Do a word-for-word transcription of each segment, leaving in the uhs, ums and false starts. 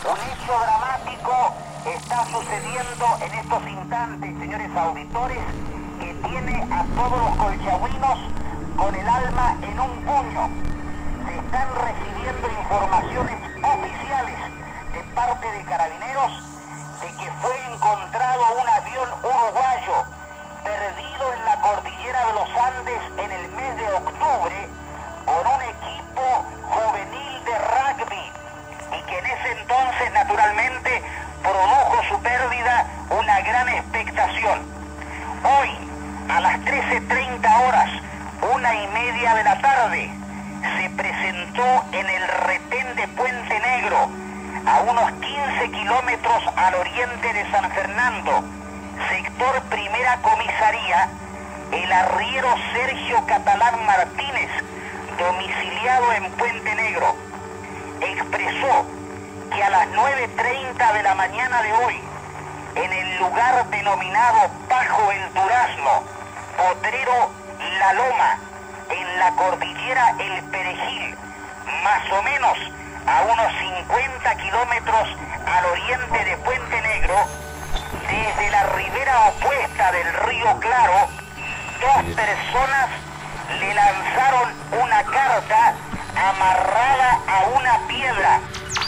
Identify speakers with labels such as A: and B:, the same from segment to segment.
A: Un hecho dramático está sucediendo en estos instantes, señores auditores, que tiene a todos los colchagüinos con el alma en un puño. Se están recibiendo informaciones oficiales de parte de Carabineros de que fue encontrado un avión uruguayo perdido en la cordillera de los Andes en el mes de octubre con un equipo juvenil de rugby y que en ese entonces naturalmente produjo su pérdida una gran expectación. Hoy, a las trece treinta horas, una y media de la tarde, se presentó en el retén de Puente Negro, a unos quince kilómetros al oriente de San Fernando, sector Primera Comisaría, el arriero Sergio Catalán Martínez, domiciliado en Puente Negro, expresó que a las nueve treinta de la mañana de hoy, en el lugar denominado Pajo el Durazno, Potrero La Loma, en la cordillera El Perejil, más o menos a unos cincuenta kilómetros al oriente de Puente Negro, desde la ribera opuesta del río Claro, dos personas le lanzaron una carta amarrada a una piedra.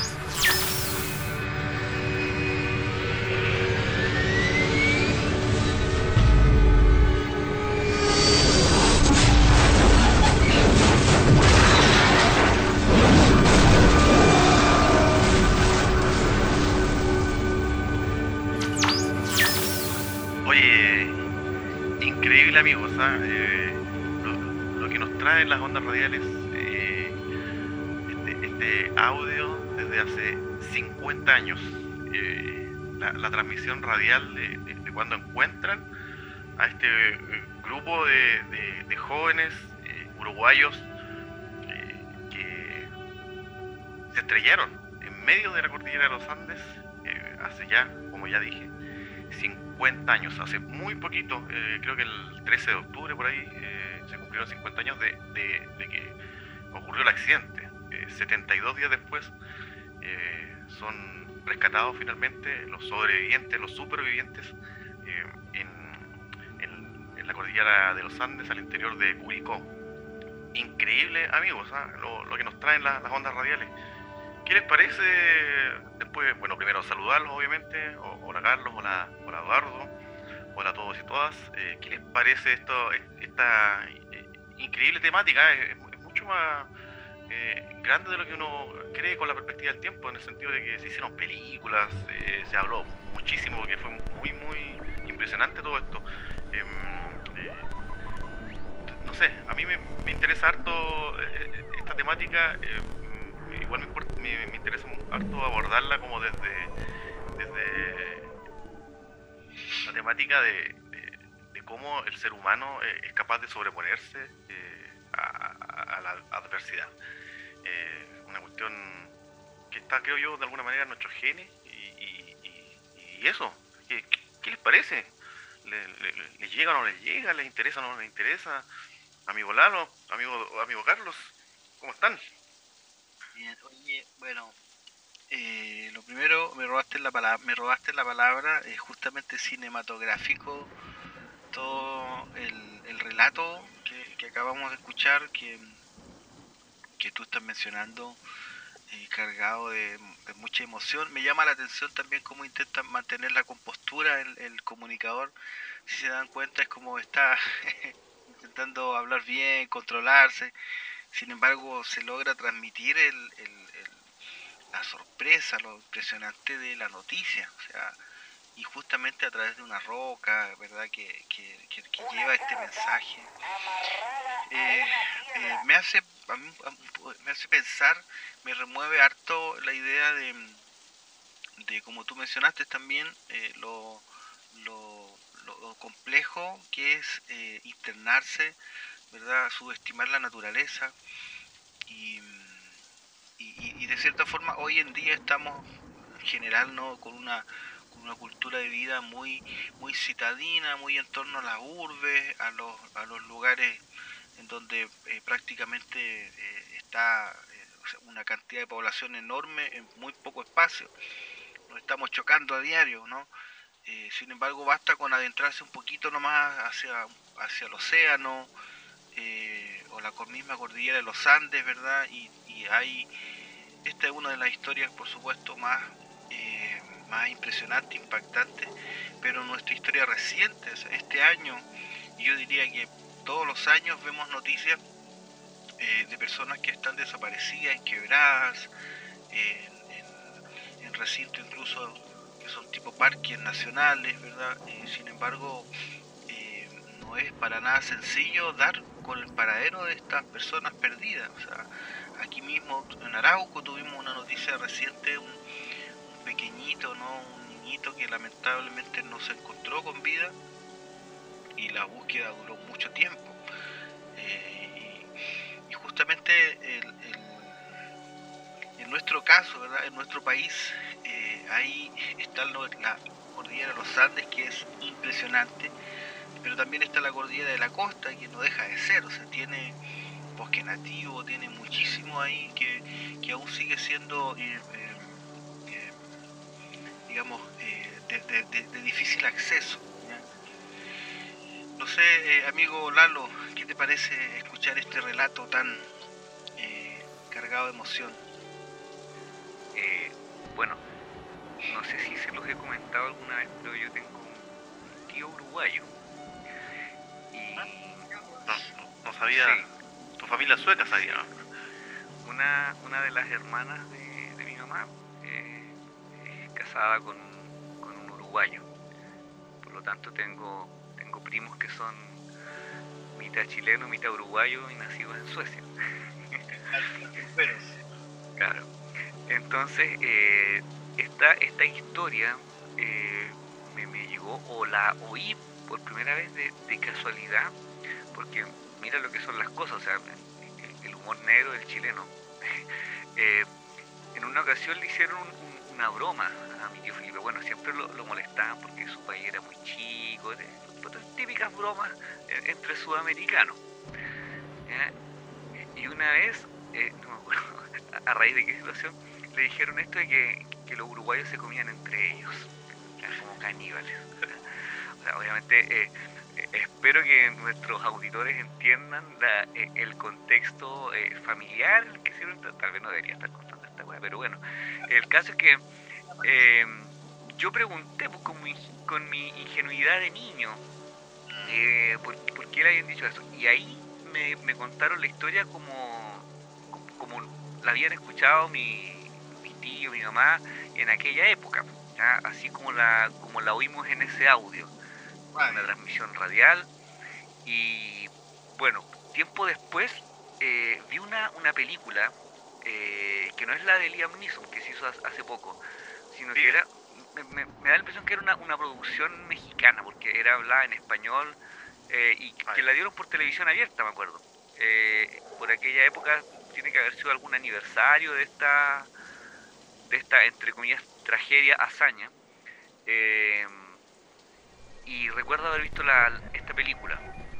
B: Oye, increíble amigos, ¿ah? eh, lo, lo que nos traen las ondas radiales, eh, este, este audio desde hace cincuenta años, eh, la, la transmisión radial de, de, de cuando encuentran a este eh, grupo de, de, de jóvenes eh, uruguayos eh, que se estrellaron en medio de la cordillera de los Andes eh, hace ya, como ya dije, cincuenta años, hace muy poquito, eh, creo que el trece de octubre por ahí eh, se cumplieron cincuenta años de, de, de que ocurrió el accidente. Eh, setenta y dos días después eh, son rescatados finalmente los sobrevivientes, los supervivientes eh, en, en, en la cordillera de los Andes, al interior de Curicó. Increíble amigos, ¿eh? lo, lo que nos traen la, las ondas radiales. ¿Qué les parece después? Bueno, primero saludarlos obviamente, o, hola Carlos, hola, hola Eduardo, hola a todos y todas. Eh, ¿Qué les parece esto, esta eh, increíble temática? Es, es mucho más eh, grande de lo que uno cree con la perspectiva del tiempo, en el sentido de que se hicieron películas, eh, se habló muchísimo, porque fue muy, muy impresionante todo esto. Eh, eh, no sé, a mí me, me interesa harto eh, esta temática. Eh, igual me, me, me interesa harto abordarla como desde, desde la temática de, de, de cómo el ser humano eh, es capaz de sobreponerse eh, a, a, a la adversidad. Eh, una cuestión que está, creo yo, de alguna manera en nuestros genes y, y, y, y eso. ¿Qué, ¿Qué les parece? ¿Le, le, ¿Les llega o no les llega? ¿Les interesa o no les interesa? Amigo Lalo, amigo, amigo Carlos, ¿cómo están?
C: Bien, oye, bueno, eh, lo primero, me robaste la palabra, me robaste la palabra, es justamente cinematográfico todo el, el relato que, que acabamos de escuchar, que, que tú estás mencionando, eh, cargado de, de mucha emoción. Me llama la atención también cómo intenta mantener la compostura el, el comunicador. Si se dan cuenta es como está intentando hablar bien, controlarse. Sin embargo, se logra transmitir el, el, el, la sorpresa, lo impresionante de la noticia. O sea, y justamente a través de una roca, ¿verdad? Que, que, que, que lleva este mensaje. Eh, eh, me hace a mí, me hace pensar, me remueve harto la idea de, de como tú mencionaste también, eh, lo, lo, lo complejo que es eh, internarse, ¿verdad? Subestimar la naturaleza y, y, y de cierta forma hoy en día estamos en general, ¿no? con una con una cultura de vida muy muy citadina, muy en torno a las urbes, a los a los lugares en donde eh, prácticamente eh, está eh, una cantidad de población enorme en muy poco espacio. Nos estamos chocando a diario, ¿no? Eh, sin embargo, basta con adentrarse un poquito nomás hacia, hacia el océano, eh, o la misma cordillera de los Andes, ¿verdad? Y, y hay, esta es una de las historias, por supuesto, más, eh, más impresionante, impactante, pero nuestra historia reciente, este año, yo diría que todos los años vemos noticias eh, de personas que están desaparecidas en quebradas, en, en, en recintos incluso que son tipo parques nacionales, ¿verdad? Eh, sin embargo, eh, no es para nada sencillo dar con el paradero de estas personas perdidas. O sea, aquí mismo en Arauco tuvimos una noticia reciente, un, un pequeñito, ¿no? Un niñito que lamentablemente no se encontró con vida y la búsqueda duró mucho tiempo. Eh, y, y justamente el, el, en nuestro caso, ¿verdad? En nuestro país, eh, ahí está la cordillera de los Andes, que es impresionante, pero también está la cordillera de la costa, que no deja de ser, o sea, tiene bosque nativo, tiene muchísimo ahí que, que aún sigue siendo, eh, eh, digamos, eh, de, de, de, de difícil acceso, ¿ya? No sé, eh, amigo Lalo, ¿qué te parece escuchar este relato tan eh, cargado de emoción?
D: Eh, bueno, no sé si se los he comentado alguna vez, pero yo tengo un, un tío uruguayo. Y...
B: No, no sabía,
D: sí,
B: tu familia sueca sabía, ¿no?
D: Una, una de las hermanas de, de mi mamá eh, es casada con, con un uruguayo. Por lo tanto tengo, tengo primos que son mitad chileno, mitad uruguayo y nacidos en Suecia. Claro. Entonces, eh, esta, esta historia eh, me, me llegó, o la oí por primera vez de, de casualidad, porque mira lo que son las cosas, o sea, el, el humor negro del chileno. eh, en una ocasión le hicieron un, un, una broma a mi tío Felipe. Bueno, siempre lo, lo molestaban porque su país era muy chico, de, de típicas bromas eh, entre sudamericanos. ¿Ya? Y una vez, eh, no me acuerdo a raíz de qué situación, le dijeron esto de que, que los uruguayos se comían entre ellos, como caníbales. O sea, obviamente, eh, eh, espero que nuestros auditores entiendan la, eh, el contexto eh, familiar en el que hicieron, tal vez no debería estar contando esta cosa, pero bueno, el caso es que eh, yo pregunté pues, con, mi, con mi ingenuidad de niño eh, por, por qué le habían dicho eso, y ahí me, me contaron la historia como, como, como la habían escuchado mi, mi tío, mi mamá en aquella época, ¿ya? Así como la, como la oímos en ese audio, una transmisión radial. Y bueno, tiempo después eh, vi una, una película eh, que no es la de Liam Neeson, que se hizo hace poco, sino que era, me, me, me da la impresión que era una, una producción mexicana, porque era hablada en español eh, y que la dieron por televisión abierta, me acuerdo. Eh, por aquella época tiene que haber sido algún aniversario de esta, de esta entre comillas, tragedia, hazaña. Eh, y recuerdo haber visto la, esta película.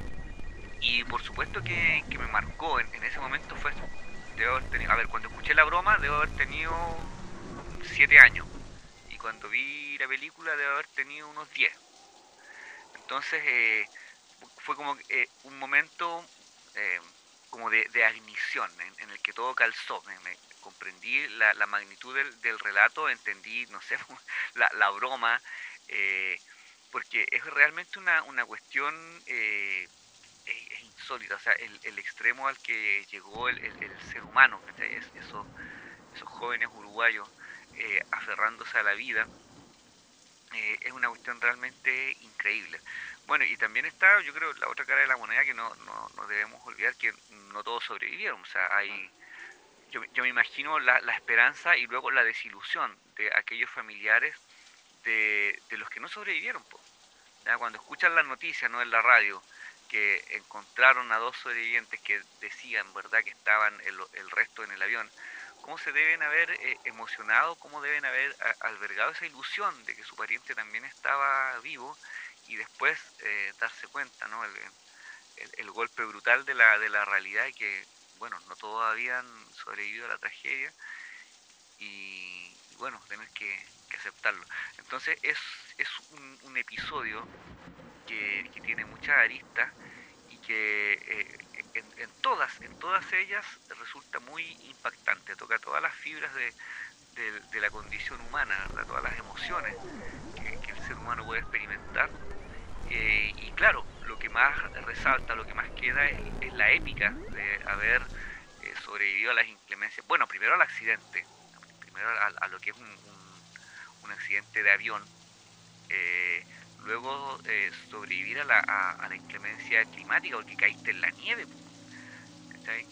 D: Y por supuesto que, que me marcó en, en ese momento fue, debo haber tenido, a ver, cuando escuché la broma debo haber tenido siete años. Y cuando vi la película debo haber tenido unos diez. Entonces eh, fue como eh, un momento eh, como de, de ignición en, en el que todo calzó. Me, me comprendí la, la magnitud del, del relato, entendí, no sé, la, la broma, eh, porque es realmente una, una cuestión eh, es insólita, o sea, el, el extremo al que llegó el, el, el ser humano, es, esos, esos jóvenes uruguayos eh, aferrándose a la vida, eh, es una cuestión realmente increíble. Bueno, y también está, yo creo, la otra cara de la moneda que no, no, no debemos olvidar, que no todos sobrevivieron, o sea, hay... Yo, yo me imagino la, la esperanza y luego la desilusión de aquellos familiares de, de los que no sobrevivieron. Po. ¿Ya? Cuando escuchan las noticias, ¿no?, en la radio, que encontraron a dos sobrevivientes que decían, ¿verdad?, que estaban el, el resto en el avión, ¿cómo se deben haber eh, emocionado, cómo deben haber a, albergado esa ilusión de que su pariente también estaba vivo y después eh, darse cuenta, ¿no?, el, el, el golpe brutal de la, de la realidad y que bueno, no todos habían sobrevivido a la tragedia y, y bueno, tener que, que aceptarlo. Entonces es, es un, un episodio que, que tiene muchas aristas y que eh, en, en todas, en todas ellas resulta muy impactante, toca todas las fibras de, de, de la condición humana, ¿verdad? Todas las emociones que, que el ser humano puede experimentar. Eh, y claro, lo que más resalta, lo que más queda es, es la épica de haber eh, sobrevivido a las inclemencias. Bueno, primero al accidente, primero a, a lo que es un, un, un accidente de avión, eh, luego eh, sobrevivir a la, a, a la inclemencia climática porque caíste en la nieve, ¿cachai?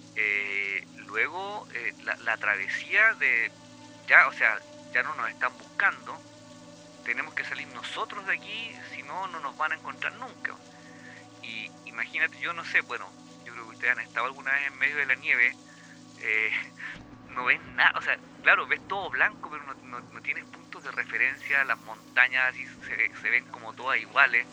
D: Eh, luego eh, la, la travesía de, ya, o sea, ya no nos están buscando, tenemos que salir nosotros de aquí, si no, no nos van a encontrar nunca. Y imagínate, yo no sé, bueno, yo creo que ustedes han estado alguna vez en medio de la nieve, eh, no ves nada, o sea, claro, ves todo blanco, pero no, no, no tienes puntos de referencia, las montañas así se, se ven como todas iguales,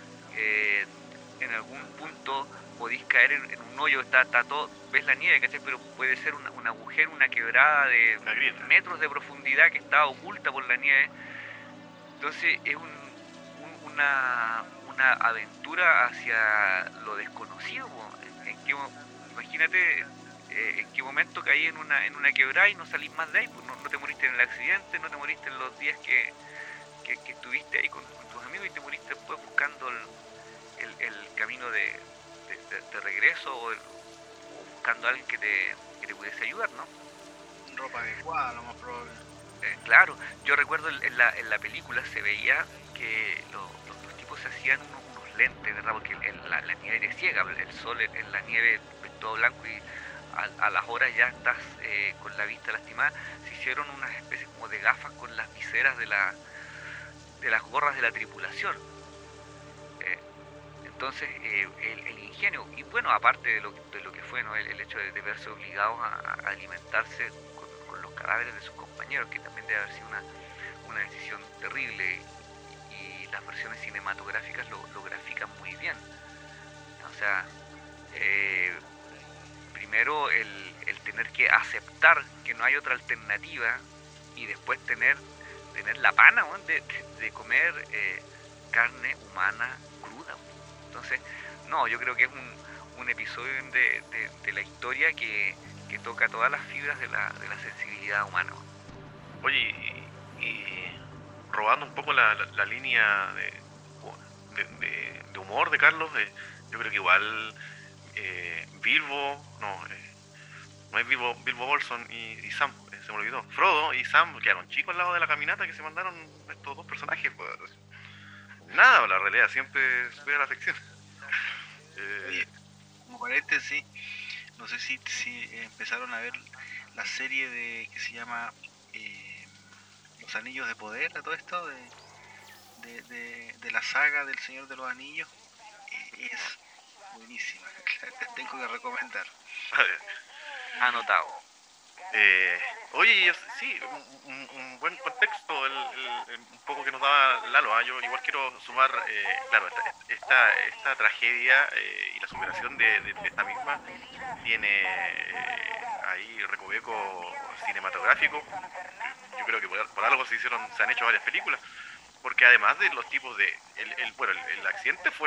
D: eh, en algún punto podéis caer en, en un hoyo, está, está todo, ves la nieve, ¿cachai? Pero puede ser una, un agujero, una quebrada de
B: Una grieta.
D: metros de profundidad que está oculta por la nieve. Entonces es un, un- una, una aventura hacia lo desconocido. Po. En, en qué mo- imagínate eh, en qué momento caí en una, en una quebrada y no salís más de ahí. Pues no, no te moriste en el accidente, no te moriste en los días que, que, que estuviste ahí con, con tus amigos y te moriste después buscando el, el, el camino de, de, de- de regreso o, el- o buscando a alguien que te, que te pudiese ayudar, ¿no?
C: Ropa adecuada, lo más probable.
D: Eh, claro, yo recuerdo en en la, en la película se veía que lo- lo- los tipos se hacían unos, unos lentes, ¿verdad? Porque el- el- la, la nieve te ciega, el sol en, en la nieve ves todo blanco y a, a las horas ya estás eh, con la vista lastimada. Se hicieron unas especies como de gafas con las viseras de, la, de las gorras de la tripulación. Eh, entonces, eh, el, el ingenio, y bueno, aparte de lo, de lo que fue, ¿no? el, el hecho de, de verse obligados a, a alimentarse con, con los cadáveres de sus compañeros, que también debe haber sido una, una decisión terrible y las versiones cinematográficas lo, lo grafican muy bien. O sea, eh, primero el, el tener que aceptar que no hay otra alternativa y después tener, tener la pana, ¿no? de, de, de comer eh, carne humana cruda. Entonces, no, yo creo que es un, un episodio de, de, de la historia que, que toca todas las fibras de la, de la sensibilidad humana.
B: Oye, y, y robando un poco la, la, la línea de, de, de, de humor de Carlos, eh, yo creo que igual eh, Bilbo, no, eh, no es Bilbo, Bilbo Bolson y, y Sam, eh, se me olvidó. Frodo y Sam quedaron chicos al lado de la caminata que se mandaron estos dos personajes. Pues, nada, la realidad siempre supera la ficción. Eh,
C: Oye, como paréntesis, no sé si, si eh, empezaron a ver la serie de que se llama eh, Los Anillos de Poder, a todo esto, de, de, de, de la saga del Señor de los Anillos. Eh, es buenísima, la tengo que recomendar.
B: a ver,
D: Anotado.
B: Eh, oye, yo- sí, un, un- un buen contexto, el, el- el- un poco que nos daba Lalo. ¿Ah? Yo igual quiero sumar, eh, claro, esta, esta, esta tragedia eh, y la superación de, de- de esta misma tiene eh, ahí recoveco cinematográfico. Yo creo que por, por algo se hicieron, se han hecho varias películas, porque además de los tipos de, el, el- bueno, el, el accidente fue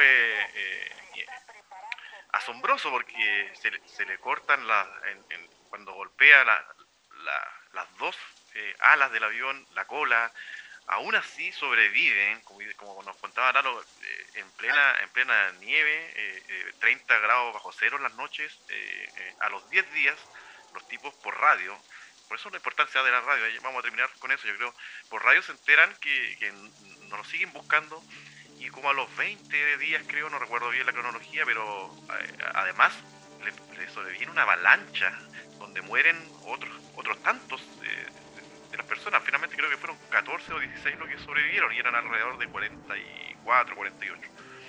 B: eh, asombroso porque se le, se le cortan las, en- en- cuando golpea la- la- las dos eh, alas del avión, la cola, aún así sobreviven, como, como nos contaba Lalo, eh, en plena en plena nieve, eh, eh, treinta grados bajo cero en las noches, eh, eh, a los diez días, los tipos por radio, por eso la importancia de la radio, eh, vamos a terminar con eso, yo creo, por radio se enteran que, que nos lo siguen buscando y como a los veinte días creo, no recuerdo bien la cronología, pero eh, además le, le sobreviene una avalancha donde mueren otros otros tantos eh, de, de las personas. Finalmente creo que fueron catorce o dieciséis los que sobrevivieron y eran alrededor de cuarenta y cuatro, cuarenta y ocho.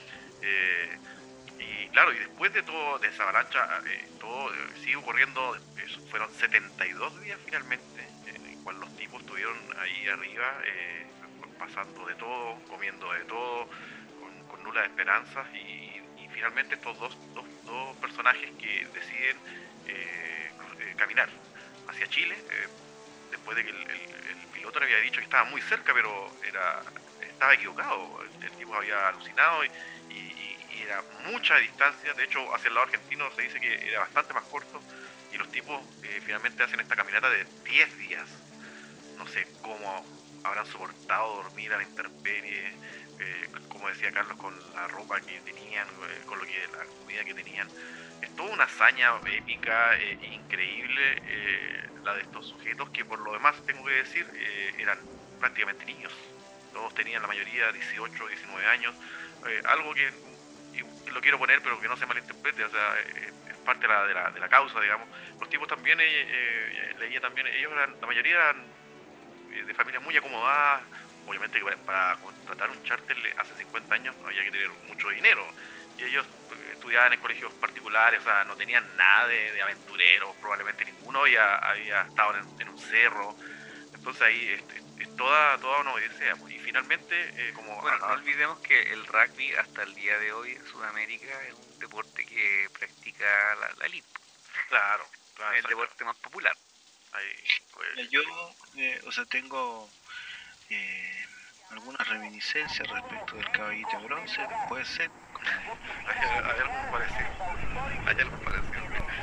B: Eh, y claro, y después de todo, de esa avalancha, eh, todo eh, sigue ocurriendo, eh, fueron setenta y dos días finalmente, eh, en cual los tipos estuvieron ahí arriba, eh, pasando de todo, comiendo de todo, con, con nulas esperanzas, y, y finalmente estos dos, dos, dos personajes que deciden eh, eh, caminar hacia Chile, eh, después de que el, el, el piloto le había dicho que estaba muy cerca, pero era estaba equivocado, el, el tipo había alucinado y, y, y era mucha distancia. De hecho, hacia el lado argentino se dice que era bastante más corto, y los tipos eh, finalmente hacen esta caminata de diez días. No sé cómo habrán soportado dormir a la intemperie, eh, como decía Carlos, con la ropa que tenían, eh, con lo que la comida que tenían. Es toda una hazaña épica, eh, increíble, eh, la de estos sujetos, que por lo demás tengo que decir, eh, eran prácticamente niños. Todos tenían, la mayoría, dieciocho, diecinueve años, eh, algo que y lo quiero poner, pero que no se malinterprete, o sea, eh, es parte de la, de, la, de la causa, digamos. Los tipos también, eh, eh, leía también, ellos eran, la mayoría eran eh, de familias muy acomodadas. Obviamente que para, para contratar un charter hace cincuenta años había que tener mucho dinero, y ellos eh, estudiaban en colegios particulares, o sea, no tenían nada de, de aventureros, probablemente ninguno había, había estado en, en un cerro. Entonces ahí es, es, es toda, toda una odisea, pues. Y finalmente, eh, como...
D: Bueno,
B: a,
D: no olvidemos que el rugby hasta el día de hoy en Sudamérica es un deporte que practica la, la elite.
B: Claro, claro.
D: Es el deporte más popular.
B: Ahí, pues,
C: Yo, eh, o sea, tengo eh, algunas reminiscencias respecto del caballito de bronce, puede ser.
B: hay, hay algo parecido. Hay algo parecido.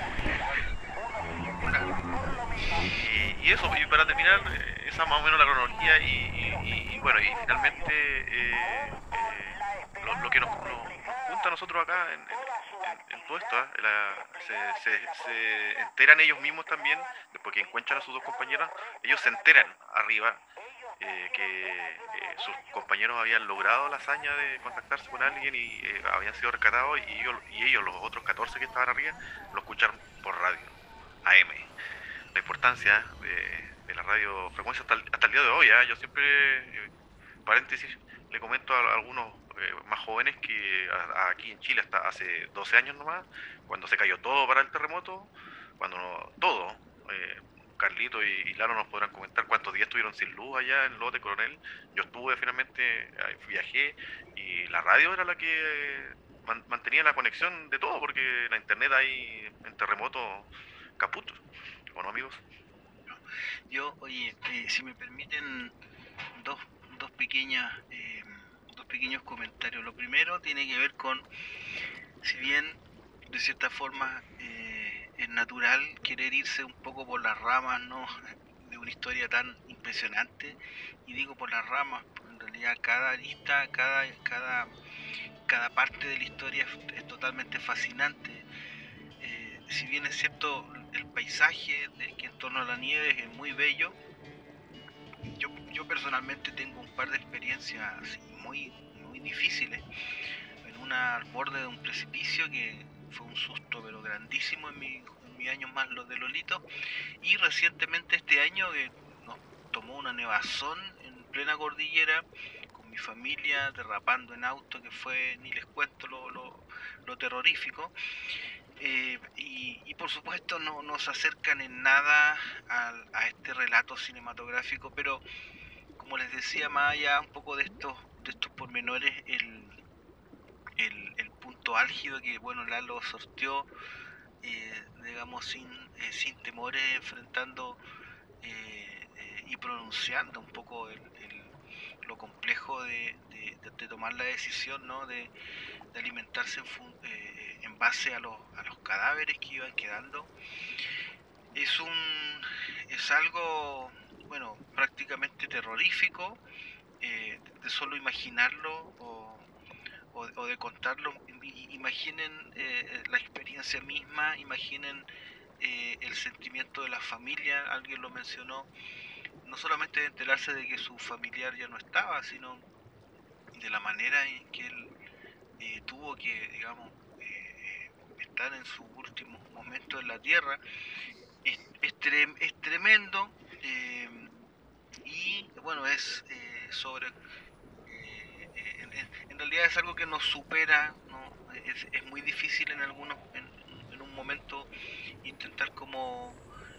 B: Y, y eso, y para terminar, eh, esa más o menos la cronología, y, y, y bueno, y finalmente eh, eh, lo, lo que nos, nos, nos junta a nosotros acá en, en, en todo esto, ¿eh? la, se, se, se enteran ellos mismos también, después que encuentran a sus dos compañeras, ellos se enteran arriba eh, que eh, sus compañeros habían logrado la hazaña de contactarse con alguien y eh, habían sido rescatados, y ellos, y ellos, los otros catorce que estaban arriba, lo escucharon por radio, A M. La importancia de, de la radiofrecuencia hasta el, hasta el día de hoy, ¿eh? Yo siempre, eh, paréntesis, le comento a, a algunos eh, más jóvenes que a, a aquí en Chile hasta hace doce años nomás, cuando se cayó todo para el terremoto, cuando no, todo, eh, Carlito y, y Lalo nos podrán comentar cuántos días estuvieron sin luz allá en Lote Coronel. Yo estuve finalmente, eh, viajé, y la radio era la que eh, man, mantenía la conexión de todo, porque la internet ahí en terremoto caput. ¿O no, amigos?
C: Yo, oye, eh, si me permiten dos, dos pequeñas, eh, dos pequeños comentarios. Lo primero tiene que ver con, si bien de cierta forma eh, es natural querer irse un poco por las ramas, ¿no? De una historia tan impresionante, y digo por las ramas, porque en realidad cada arista, cada, cada, cada parte de la historia es, es totalmente fascinante. Eh, si bien es cierto, el paisaje de, que en torno a la nieve es muy bello, yo, yo personalmente tengo un par de experiencias así, muy, muy difíciles. En una, al borde de un precipicio, que fue un susto pero grandísimo en, mi, en mis años más los de Lolito, y recientemente este año que nos tomó una nevazón en plena cordillera con mi familia derrapando en auto, que fue, ni les cuento lo, lo, lo terrorífico. Eh, y, y por supuesto no nos acercan en nada a, a este relato cinematográfico, pero como les decía, más allá un poco de estos, de estos pormenores, el, el, el punto álgido que, bueno, Lalo sorteó, eh, digamos, sin, eh, sin temores, enfrentando eh, eh, y pronunciando un poco el, el, lo complejo de, de, de tomar la decisión, ¿no? de, de alimentarse en, fun, eh, en base a los, a los cadáveres que iban quedando. Es un es algo, bueno, prácticamente terrorífico, eh, de solo imaginarlo o, o, o de contarlo. Imaginen eh, la experiencia misma, imaginen eh, el sentimiento de la familia. Alguien lo mencionó, no solamente de enterarse de que su familiar ya no estaba, sino de la manera en que él eh, tuvo que, digamos, eh, estar en sus últimos momentos en la tierra. Es, es, tre es tremendo, eh, y bueno, es eh, sobre eh, en, en realidad es algo que nos supera, ¿no? es, es muy difícil en algunos en, en un momento intentar como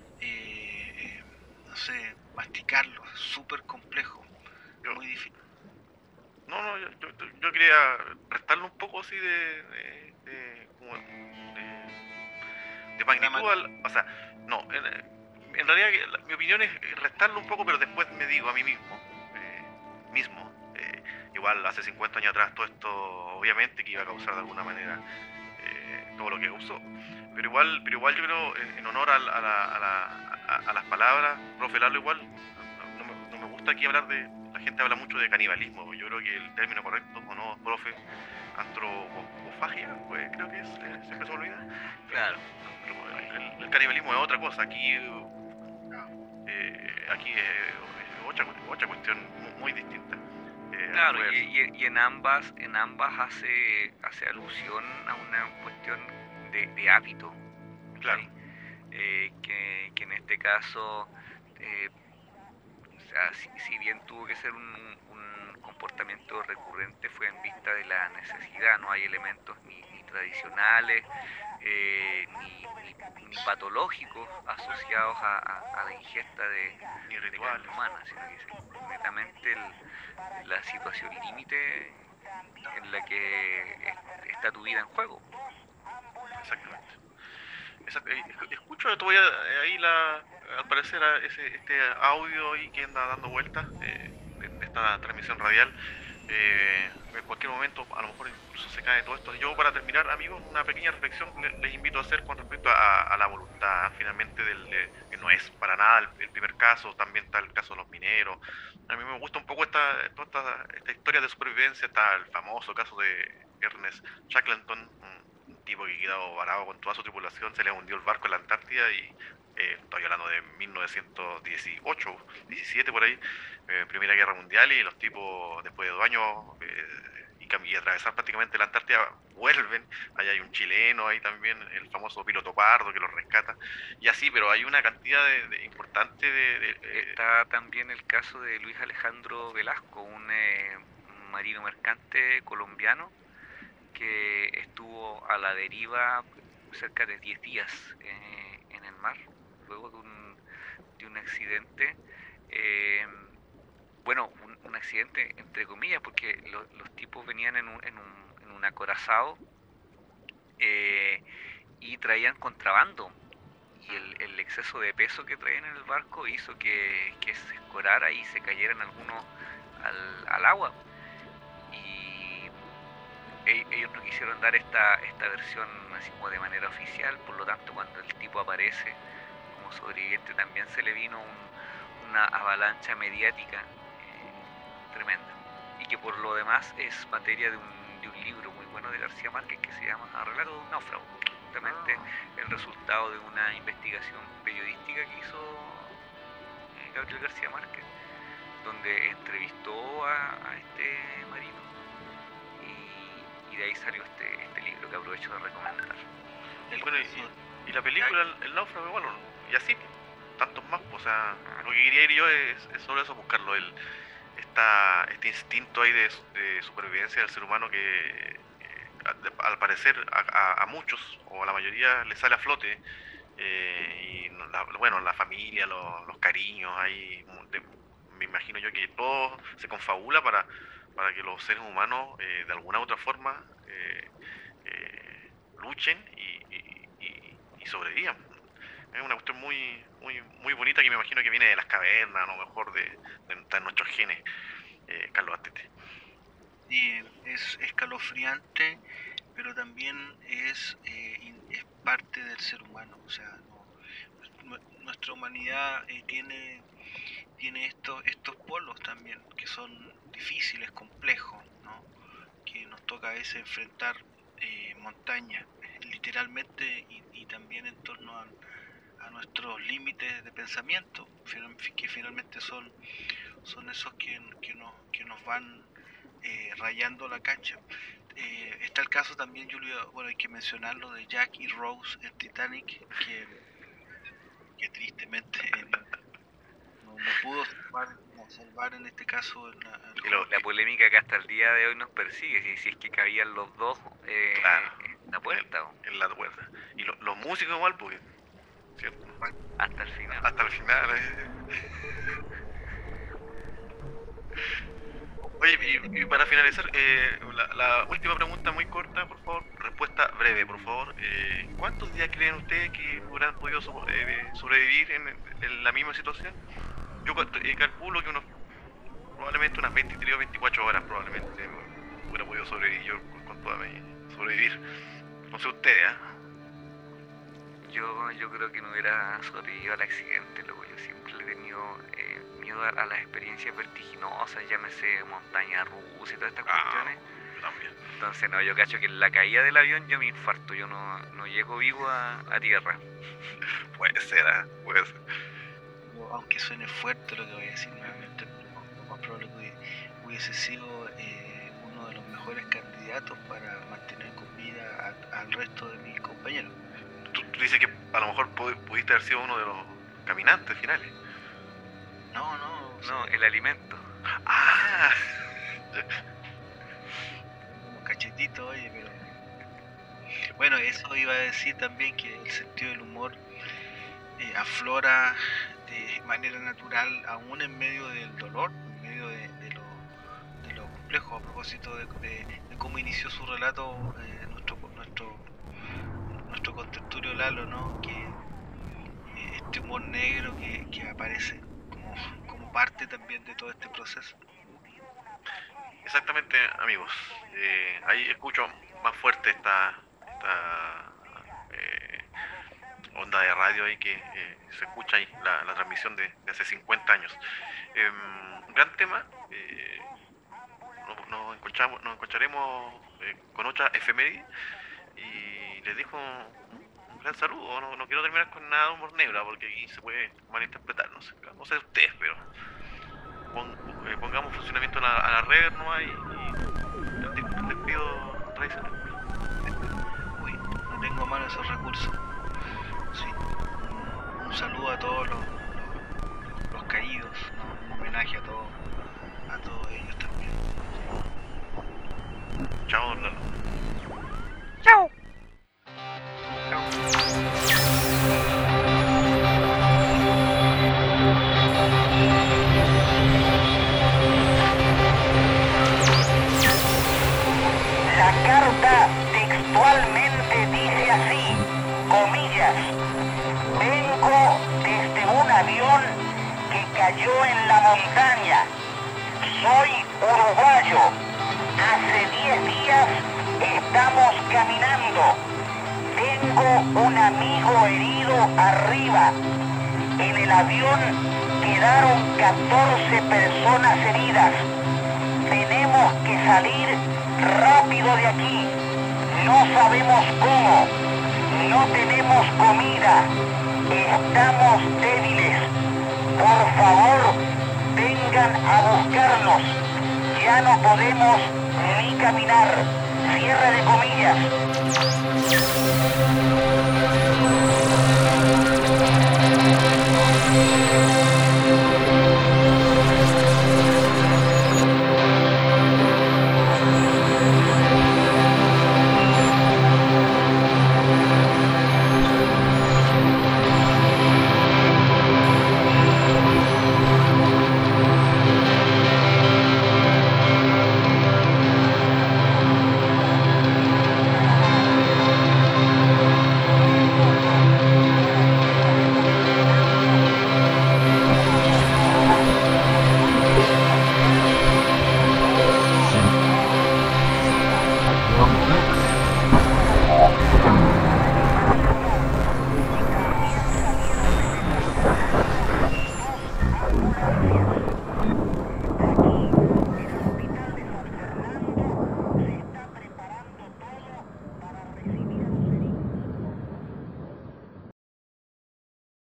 C: eh, no sé, masticarlo, es súper complejo,
B: Yo,
C: muy difícil.
B: no, no, yo, yo, yo quería restarle un poco así de, de, de, como de de magnitud, al, o sea, no, en, en realidad la, mi opinión es restarlo un poco, pero después me digo a mí mismo, eh, mismo, eh, igual hace cincuenta años atrás todo esto obviamente que iba a causar de alguna manera eh, todo lo que causó, pero igual, pero igual yo creo, en, en honor a, la, a, la, a, la, a, a las palabras, profe Lalo, igual, no, no, me, no me gusta aquí hablar de, la gente habla mucho de canibalismo, yo creo que el término correcto, o no, profe, antropofagia, pues creo que es, eh, siempre se me olvida.
D: Claro.
B: El, el canibalismo es otra cosa, aquí eh, aquí es eh, otra, otra cuestión muy, muy distinta. Eh,
D: claro, y, y, y en ambas en ambas hace hace alusión a una cuestión de, de hábito,
B: claro,
D: eh, que, que en este caso, eh, o sea, si, si bien tuvo que ser un, un comportamiento recurrente, fue en vista de la necesidad, no hay elementos ni, ni tradicionales eh, ni, ni, ni patológicos asociados a, a, a la ingesta de,
B: ni
D: de carne humana, sino que es netamente el, la situación límite en la que está tu vida en juego.
B: Exactamente. Exacto. Escucho todavía ahí la, al parecer ese, este audio ahí que anda dando vueltas eh, de, de esta transmisión radial. Eh, en cualquier momento a lo mejor incluso se cae todo esto. Yo, para terminar, amigos, una pequeña reflexión les, les invito a hacer con respecto a, a la voluntad finalmente del, de, que no es para nada el, el primer caso, también está el caso de los mineros. A mí me gusta un poco esta, toda esta, esta historia de supervivencia, está el famoso caso de Ernest Shackleton, un, un tipo que quedó varado con toda su tripulación, se le hundió el barco en la Antártida y eh, estoy hablando de mil novecientos dieciocho, diecisiete por ahí, eh, Primera Guerra Mundial, y los tipos después de dos años eh, y, y atravesar prácticamente la Antártida vuelven, ahí hay un chileno, ahí también el famoso piloto Pardo que los rescata, y así, pero hay una cantidad de, de importante de, de, de...
D: Está también el caso de Luis Alejandro Velasco, un eh, marino mercante colombiano que estuvo a la deriva cerca de diez días eh, en el mar, luego de un, de un accidente, eh, bueno, un, un accidente entre comillas, porque lo, los tipos venían en un, en un, en un acorazado eh, y traían contrabando, y el, el exceso de peso que traían en el barco hizo que, que se escorara y se cayeran algunos al, al agua. Ellos no quisieron dar esta, esta versión así como de manera oficial, por lo tanto cuando el tipo aparece como sobreviviente también se le vino un, una avalancha mediática eh, tremenda, y que por lo demás es materia de un, de un libro muy bueno de García Márquez que se llama Relato de un náufrago, justamente el resultado de una investigación periodística que hizo eh, Gabriel García Márquez, donde entrevistó a, a este marino. Y de ahí salió este, este libro que aprovecho de recomendar.
B: El, bueno, y, y la película El, el náufrago, bueno, y así, tantos más, pues, o sea, lo que quería ir yo es, es sobre eso, buscarlo, el, esta, este instinto ahí de, de supervivencia del ser humano que eh, al parecer a, a, a muchos, o a la mayoría, le sale a flote, eh, y la, bueno, la familia, los, los cariños, ahí, de, me imagino yo que todo se confabula para para que los seres humanos eh, de alguna u otra forma eh, eh, luchen y, y, y, y sobrevivan. Es una cuestión muy, muy, muy bonita que me imagino que viene de las cavernas, a lo mejor de, de, de nuestros genes, eh, Carlos Astete.
C: Y es escalofriante, pero también es, eh, es parte del ser humano. O sea, no, nuestra humanidad eh, tiene... tiene estos estos polos también que son difíciles, complejos, ¿no? Que nos toca a veces enfrentar eh, montañas, literalmente, y, y también en torno a, a nuestros límites de pensamiento, que finalmente son, son esos que, que, nos, que nos van eh, rayando la cancha. Eh, está el caso también, Julio, bueno, hay que mencionarlo, de Jack y Rose en Titanic, que, que tristemente... Eh, No, no pudo salvar, no, salvar en este caso la,
D: la, la polémica que hasta el día de hoy nos persigue, si, si es que cabían los dos eh,
B: claro,
D: en la puerta.
B: En, en la puerta. Y lo, los músicos igual, porque, ¿cierto?
D: Hasta el final.
B: Hasta el final. Eh. Oye, y, y para finalizar, eh, la, la última pregunta muy corta, por favor, respuesta breve, por favor. Eh, ¿Cuántos días creen ustedes que hubieran podido so- eh, sobrevivir en, en la misma situación? Yo cal- eh, calculo que unos, probablemente unas veintitrés o veinticuatro horas probablemente hubiera podido sobrevivir yo con, con toda mi sobrevivir. No sé ustedes, ¿ah?
D: Yo, yo creo que no hubiera sobrevivido al accidente, loco. Yo siempre le he tenido eh, miedo a, a las experiencias vertiginosas, llámese montaña rusa y todas estas
B: Ah,
D: cuestiones.
B: yo también.
D: Entonces, no, yo cacho que en la caída del avión yo me infarto, yo no, no llego vivo a, a tierra.
B: Puede ser, ¿ah? Puede ser.
C: Yo, aunque suene fuerte lo que voy a decir nuevamente, lo más probable que hubiese sido eh, uno de los mejores candidatos para mantener con vida a- al resto de mis compañeros.
B: Tú, tú dices que a lo mejor pu- pudiste haber sido uno de los caminantes finales.
C: No, no, o sea,
D: No, el alimento.
B: Ah,
C: unos cachetitos, oye, pero... Bueno, eso iba a decir también que el sentido del humor eh, aflora de manera natural aún en medio del dolor, en medio de, de lo, de lo complejo, a propósito de, de- de cómo inició su relato eh, nuestro, nuestro, nuestro contertulio Lalo, ¿no? Que eh, este humor negro que, que aparece como, como parte también de todo este proceso.
B: exactamente, amigos. Eh, ahí escucho más fuerte esta, esta eh, onda de radio ahí que eh, se escucha ahí, la, la transmisión de, de hace cincuenta años. Eh, un gran tema. Eh, nos, nos encontramos, nos encontraremos eh, con otra efeméride y les dejo un, un gran saludo. No, no quiero terminar con nada de humor negro porque aquí se puede malinterpretar, no sé, no sé ustedes, pero pon- eh, pongamos funcionamiento a la, a la red nomás y, y el des- despido tradicional.
C: Uy, no tengo a mano esos recursos. Sí. Un, un saludo a todos los, los, los caídos, ¿no? Un homenaje a todos, a todos ellos también.
B: Chao, don Lalo.
D: ¡Chao!
A: La carta textualmente dice así, comillas, vengo desde un avión que cayó en la montaña. Soy uruguayo. Hace diez días estamos caminando. Tengo un amigo herido arriba. En el avión quedaron catorce personas heridas. Tenemos que salir rápido de aquí. No sabemos cómo. No tenemos comida. Estamos débiles. Por favor, vengan a buscarnos. Ya no podemos ni caminar. Cierre de comillas.
E: Thank you.